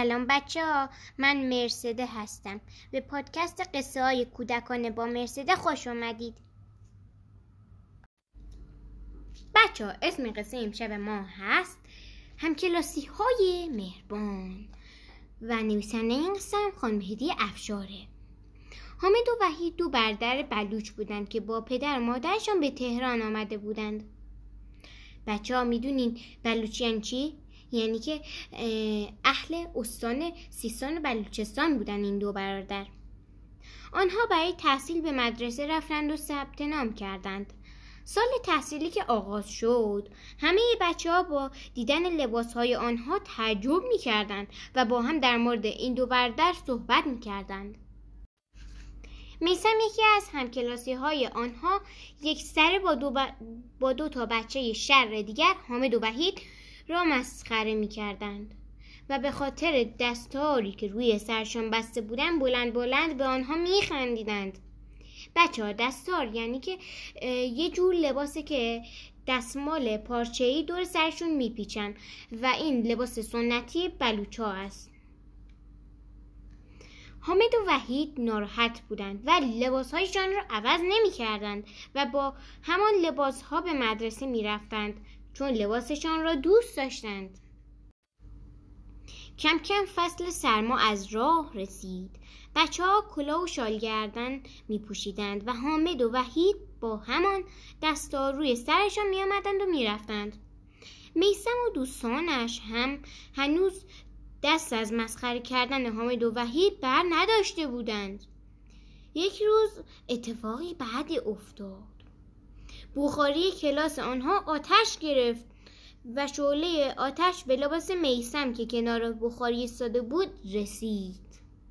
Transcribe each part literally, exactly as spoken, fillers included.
سلام بچه ها، من مرسده هستم. به پادکست قصه های کودکانه با مرسده خوش اومدید. بچه ها، اسم قصه امشب ما هست همکلاسی های مهربان و نویسنده این قصه هم خانم هدیه افشاره. حامد و وحید دو برادر بلوچ بودند که با پدر و مادرشان به تهران آمده بودند. بچه ها میدونین بلوچ یعنی چی؟ یعنی که اهل استان سیستان و بلوچستان بودن این دو برادر. آنها برای تحصیل به مدرسه رفتند و ثبت نام کردند. سال تحصیلی که آغاز شد، همه بچه ها با دیدن لباس های آنها تعجب می کردند و با هم در مورد این دو برادر صحبت می کردند. میثم یکی از همکلاسی های آنها یک سره با دو, ب... با دو تا بچه شر دیگر حامد و وحید را مسخره می کردند و به خاطر دستاری که روی سرشان بسته بودند بلند بلند به آنها می خندیدند. بچه ها، دستار یعنی که یه جور لباسه که دستمال پارچه‌ای دور سرشون می پیچن و این لباس سنتی بلوچ ها است. حامد و وحید ناراحت بودند و لباسهایشان را عوض نمی کردند و با همان لباسها به مدرسه می رفتند چون لباسشان را دوست داشتند. کم کم فصل سرما از راه رسید. بچه ها کلاه و شال گردن می پوشیدند و حامد و وحید با همان دستار روی سرشان می آمدند و می رفتند. میثم و دوستانش هم هنوز دست از مسخره کردن حامد و وحید بر نداشته بودند. یک روز اتفاقی بعدی افتاد. بخاری کلاس آنها آتش گرفت و شعله آتش به لباس میثم که کنار بخاری ایستاده بود رسید.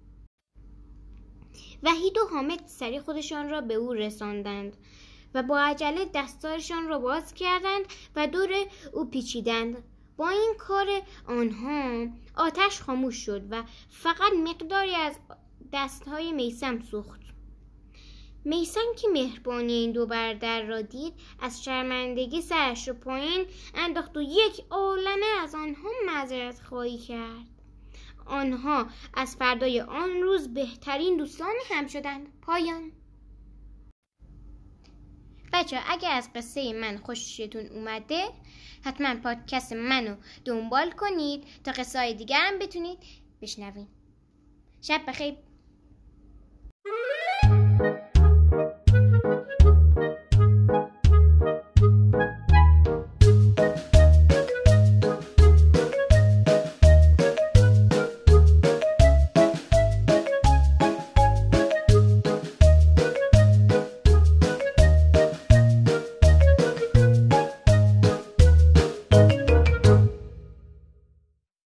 وحید و حامد سری خودشان را به او رساندند و با عجله دستارشان را باز کردند و دور او پیچیدند. با این کار آنها آتش خاموش شد و فقط مقداری از دستهای میثم سوخت. میثم که مهربانی این دو برادر را دید، از شرمندگی سرش را پایین انداخت و یک عالمه از آنها معذرت خواهی کرد. آنها از فردای آن روز بهترین دوستان هم شدند. پایان. بچه اگه از قصه من خوشتون اومده، حتما پادکست منو دنبال کنید تا قصه های دیگر هم بتونید بشنوید. شب بخیر.